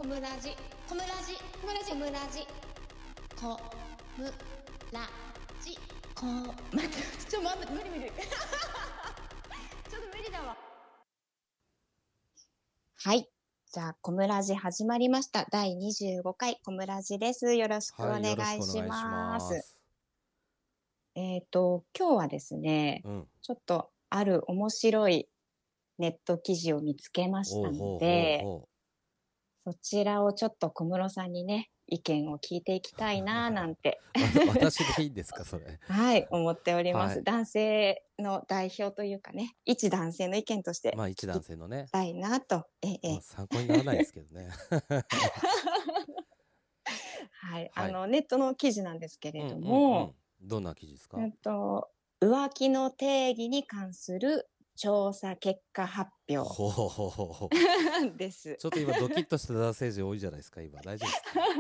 ムラジコムラジコムラジコムラジコムラジコ待ってちょっと待って無理ちょっと無理だわ。はい、じゃあコムラジ始まりました。第25回コムラジです。よろしくお願いします。今日はですね、ちょっとある面白いネット記事を見つけましたので、そちらをちょっと小室さんにね、意見を聞いていきたいななんて私でいいんですかそれ。 はい思っております、 はい、 男性の代表というかね、一男性の意見として一男性のね、 聞きたいなと、 参考にならないですけどねはい、ネットの記事なんですけれども、 どんな記事ですか？ 浮気の定義に関する調査結果発表です。 ちょっと今ドキッとした男性陣多いじゃないですか。今大丈夫ですか？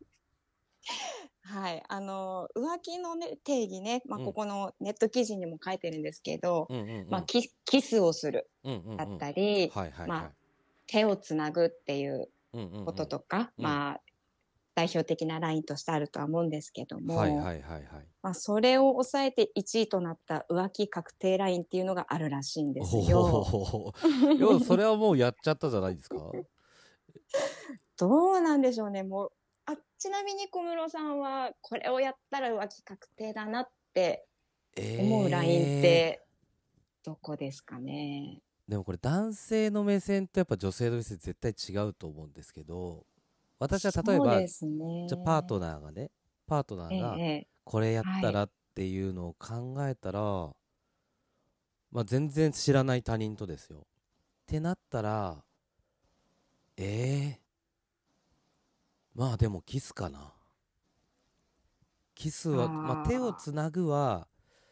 はい、浮気の、ね、定義ね、ここのネット記事にも書いてるんですけど、キスをするだったり、手をつなぐっていうこととか、代表的なラインとしてあるとは思うんですけども、それを抑えて1位となった浮気確定ラインっていうのがあるらしいんですよ。 それはもうやっちゃったじゃないですか。 どうなんでしょうね。もうちなみに小室さんはこれをやったら浮気確定だなって思うラインってどこですかね。 でもこれ男性の目線とやっぱ女性の目線絶対違うと思うんですけど、私は例えば、じゃパートナーがこれやったらっていうのを考えたら、全然知らない他人とですよってなったら、でもキスかな。キスは、手をつなぐは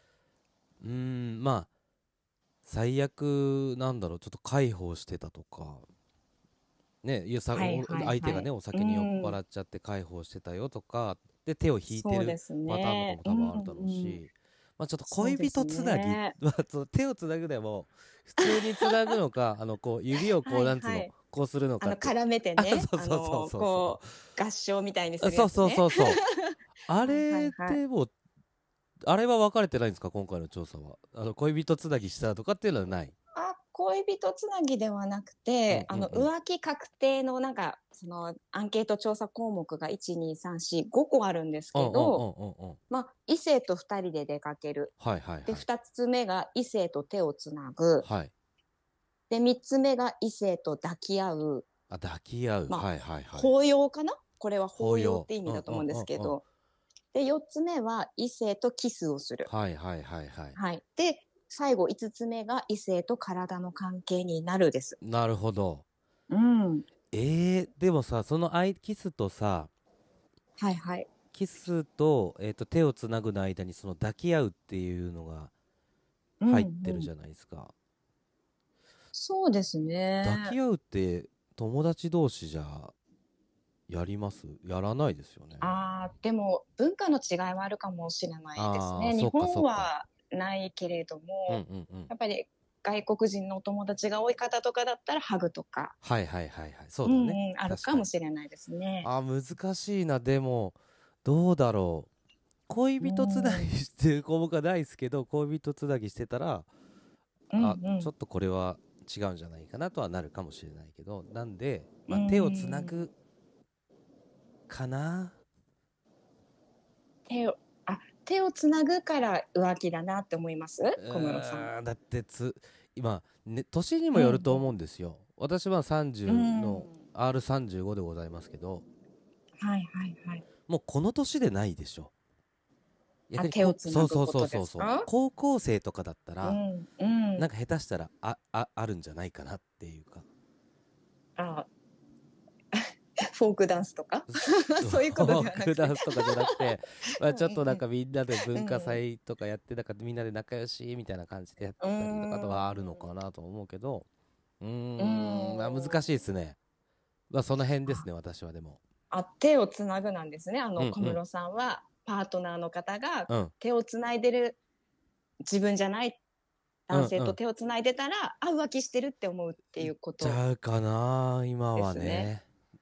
最悪なんだろう、ちょっと介抱してたとかね、相手がねお酒に酔っ払っちゃって介抱してたよとかで手を引いてるパターンとかも多分あるだろうし、ちょっと恋人つなぎ、手をつなぐでも普通につなぐのかこう指をこうなんつうのこうするのかって絡めてね、こう合唱みたいにするやつね。 そうあれでもあれは分かれてないんですか？今回の調査は恋人つなぎしたとかっていうのはない？ 恋人つなぎではなくて、浮気確定のなんかそのアンケート調査項目が12345個あるんですけど、異性と2人で出かける、で2つ目が異性と手をつなぐ、で3つ目が異性と抱き合う、抱擁かな、これは抱擁って意味だと思うんですけど、で4つ目は異性とキスをする、で最後5つ目が異性と体の関係になるです。 なるほど。でもさ、そのキスとさ、キスと、手をつなぐの間にその抱き合うっていうのが入ってるじゃないですか。 そうですね。 抱き合うって友達同士じゃやります？やらないですよね。 でも文化の違いはあるかもしれないですね。日本はないけれども、やっぱり外国人のお友達が多い方とかだったらハグとか、 そうだね、 あるかもしれないですね。 難しいな。でもどうだろう、恋人つなぎしてる子僕はないですけど、恋人つなぎしてたらちょっとこれは違うんじゃないかなとはなるかもしれないけど、なんで、手をつなぐかな。 手をつなぐから浮気だなって思います？小室さん。 だって今、年にもよると思うんですよ。私は30の R35 でございますけど、もうこの年でないでしょ。 手をつなぐことですか？ 高校生とかだったら、なんか下手したらあるんじゃないかなっていうか。 フォークダンスとかそういうことではなくて、 フォークダンスとかじゃなくてちょっとなんかみんなで文化祭とかやって、なんかみんなで仲良しみたいな感じでやったりとかとはあるのかなと思うけど、難しいですね。その辺ですね、私は。でも手をつなぐなんですね。小室さんはパートナーの方が手をつないでる、自分じゃない男性と手をつないでたら、浮気してるって思うっていうこと。 ちゃうかな今はね。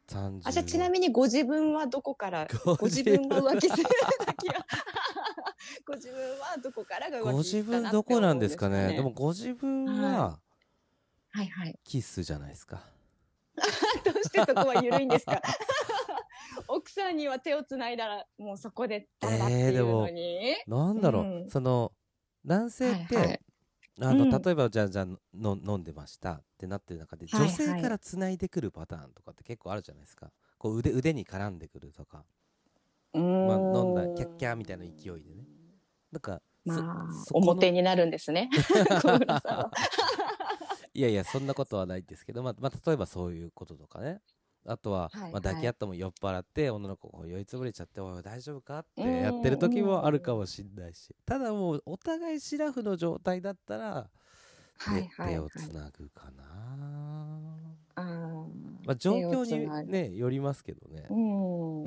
あ、じゃあちなみにご自分はどこからご自分が浮気する時はご自分はどこからがご浮気自分したなってどこなん思うんですかですかね。でもね。 ご自分はいははいはい。 キスじゃないですか。 どうしてそこは緩いんですか？奥さんには手をつないだらもうそこでダメだっていうのでもに。 なんだろう、 うん。 その男性ってはいはい。うん。 例えばじゃあ飲んでましたってなってる中で女性はいはい。 からつないでくるパターンとかって結構あるじゃないですか。こう腕に絡んでくるとか、 うーまあ、飲んだキャッキャーみたいな勢ん。 いでね。なんかまあ、 そこの表になるんですね。小村さんは。 いやいやそんなことはないんですけど、まあ、例えばそういうこととかね。あとは、まあ、抱はいはい。 き合ったも酔っ払って女の子が酔いつぶれちゃって「おい大丈夫か?」っうてやってる時もあるかんうん。 もしんないし、ただもうお互いシラフの状態だったらはいは手をついはい。 なぐかな。 ああ、 まあ状手を況につなぐ。 ねよりますけどね。 うん。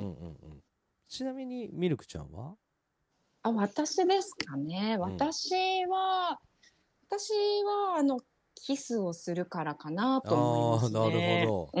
うんうんうん。ちなみにミルクちゃんは？ あ、私ですかね。 うん。 私は、キスをするからかなと思いまああ、 すなるほね。 ど。 うん。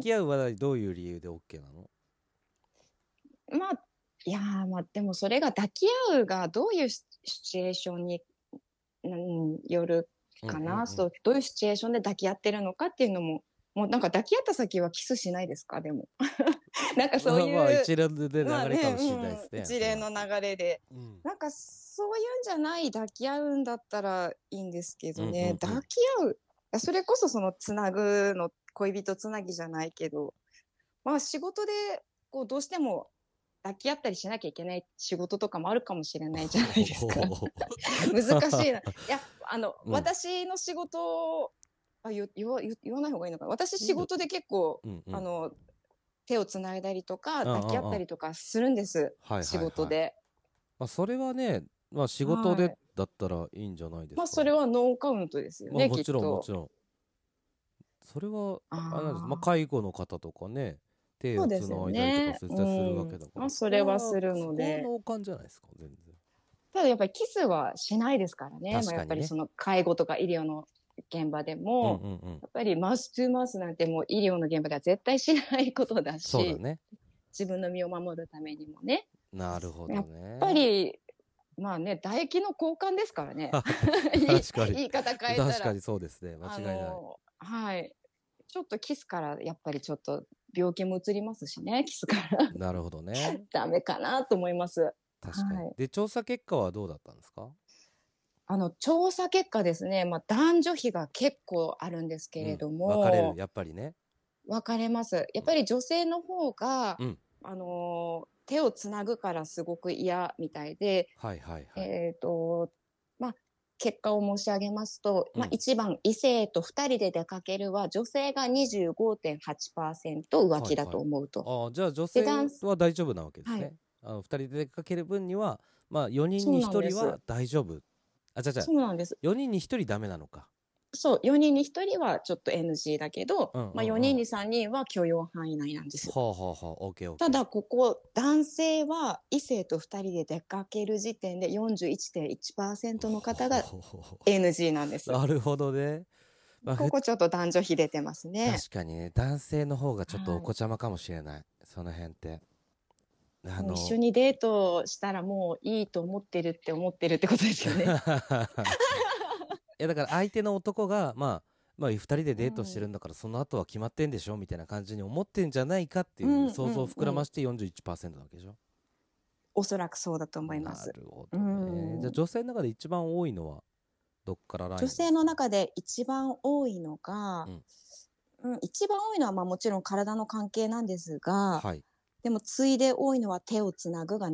抱き合うはどういう理由で OK なの？ まあ、いやー、まあ、でもそれが抱き合うがどういうシチュエーションに、よるうんうかな。そんう、どういうシチュエーションで抱き合ってるのかっていうのも、もうなんか抱き合った先はキスしないですかでも。なんかうん。まあまあそういう、 一連でまあね、 流れかもしれないですね、それは。 一連の流れで。 うん。 なんかそういうんじゃない抱き合うんだったらいいんですけうんうどね。 んうん。 抱き合う。それこそそのつなぐの恋人つなぎじゃないけど、まあ仕事でこうどうしても抱き合ったりしなきゃいけない仕事とかもあるかもしれないじゃないですか。難しいな。いや、 うん。 私の仕事、言わない方がいいのかな。私いいの。 仕事で結構、 うんうん。 手をつないだりとか、 うんう抱き合っんうん。 たりとかするんです。 はい仕はいはい。 事で。 まあそれはね、まあ仕事ではい。 だったらいいんじゃないですまあ、 か。 それはノーカウントですよね、きっまあもちろんもちと。 ろん。それは、 ああれなんです。まああ、 介護の方とかね、手をつそうですよないだりとかね。 絶対するわうん。 けだから、 まあ、そそこは、 れはするそので。 こは脳幹じゃないですか、全然。 ただやっぱりキスはしないですからね。まあ、やっ確かにね。 ぱりその介護とか医療の現場でうんうも、 んうん。 やっぱりマウス2マウスなんてもう医療の現場では絶対しないことだし、 そうだね。 自分の身を守るためにもね。 なるほどやっぱね。 り、まあね、唾液の交換ですからね。 確かに。 言い方変えたら。 確かにそうですね。間違いない。 はい。ちょっとキスからやっぱりちょっと病気も移りますしね、キスからなるほどね。 ダメかなと思います。 確かに。 はい。 で、調査結果はどうだったんですか？ 調査結果ですね、まあ、男女比が結構あるんですけうん。 れど分かれる。 も、 やっぱりね。 分かれます。やうん。 っぱり女性の方が、 うん。 手をつなぐからすごく嫌みたいで、 はいはいはい。 えっ、と、まあ、結果を申し上げますと、まあ、 うん。 一番異性と二人で出かけるは女性が25.8%浮気だはいはい。 と思うと。 ああ、じゃあ女で、 性は大丈夫なわけですはい。 ね。2人で出かける分には、まあ4人そうに1人はなんです。 大丈夫。あ、じゃあ、 そうなんです。 4人に1人ダメなのか。 そう、4人に1人はちょっと NG だけど、 うんうまあ、 んうん。 4人に3人は許容範囲内なんです。 はあはあはあ、オッケーオッケー。 ただ、ここ、男性は異性と2人で出かける時点で41.1% の方が NG なんです。 なるほどね。まあ、 ここちょっと男女比出てますね。 確かにね、男性の方がちょっとおはい。 子ちゃまかもしれない。その辺って。あもう一緒の、 にデートしたらもういいと思ってるってことですよね。 いやだから相手の男が、まあ2人でデートしてうん。 るんだからその後は決まってんでしょみたいな感じに思ってんじゃないかっていううんう想像をんうん。 膨らまして41%なわけでしょ。 おそらくそうだと思いまなす。 るほうどね。じゃあん。 女性の中で一番多いのはどっからライ女ンですかね？ 性の中で一番多いのが、 うん。 一番多いのはまあもちろん体の関係なんですが、 はい。 でも次いで多いのは手をつなぐが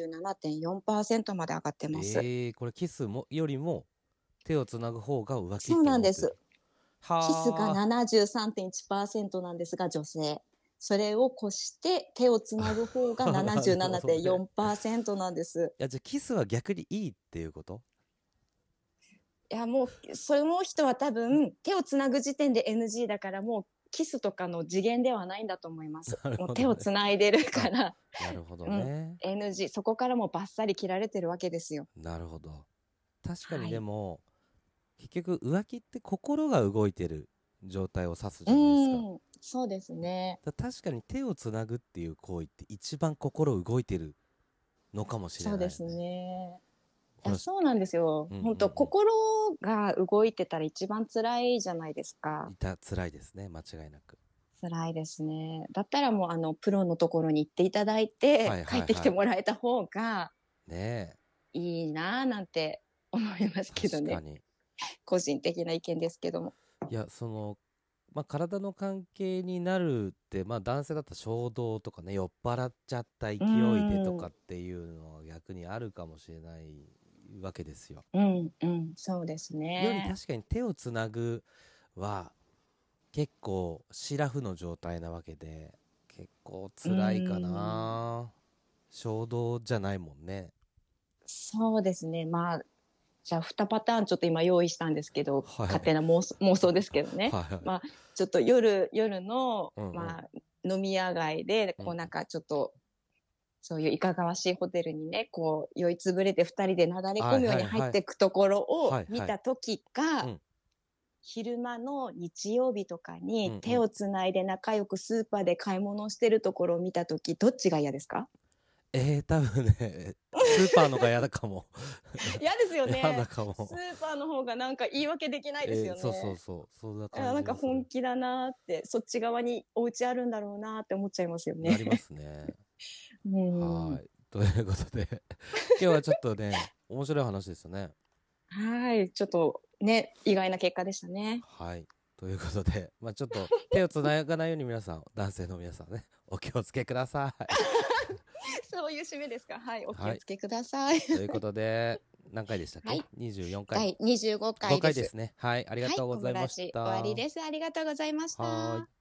77.4%まで上がってます。 これキスもよりも手をつなぐ方が浮気っそうて思ってる。 なんです。キスがは 73.1%なんですが、女性。それを越して手をつなぐ方があ。なるほどね。 77.4%なんです。 いやじゃあキスは逆にいいっていうこと？ いや、もう、その人は多分、手をつなぐ時点で NG だから、もう、キスとかの次元ではないんだと思います。 なるもうほどね。 手をつないでるかあ、 ら、 なるほどうん、 ね。 NG。そこからもうバッサリ切られてるわけですよ。 なるほど。確かにはい。 でも結局浮気って心が動いてる状態を指すじゃないですか。 そうですね。 確かに手をつなぐっていう行為って一番心動いてるのかもしれない、ね、 そうですね。いや、そうなんですよ。本当、心が動いてたら一番辛いじゃないですか。 辛いですね、間違いなく。 辛いですね。だったらもうプロのところに行っていただいて、帰ってきてもらえた方がねえ、いいなぁなんて思いますけどね。 確かに。 個人的な意見ですけども。 いや、体の関係になるって、男性だったら衝動とかね、酔っ払っちゃった勢いでとかっていうのは逆にあるかもしれないわけですよ。 そうですね。 より確かに手をつなぐは結構シラフの状態なわけで、結構辛いかな。衝動じゃないもんね。 そうですね。じゃあ2パターンちょっと今用意したんですけど、勝手な妄想ですけどね。ちょっと夜の、飲み屋街で、なんかちょっと、そういういかがわしいホテルにね、酔いつぶれて2人でなだれ込むように入っていくところを見た時か、昼間の日曜日とかに手をつないで仲良くスーパーで買い物してるところを見た時、どっちが嫌ですか？ 多分ね、スーパーのが嫌だかも。 嫌ですよね。 嫌だかも。 スーパーの方がなんか言い訳できないですよね。 そうだから、 なんか本気だなって、そっち側にお家あるんだろうなって思っちゃいますよね。 なりますね。はい。ということで、今日はちょっとね、面白い話ですよね。 はい。ちょっとね、意外な結果でしたね。 はい。ということで、ちょっと手をつながないように皆さん、男性の皆さんね、お気をつけください。 そういう締めですか。はい、お気をつけください。 ということで、何回でしたっけ？24回。 第25回です。 5回ですね。はい、ありがとうございました。 終わりです。ありがとうございました。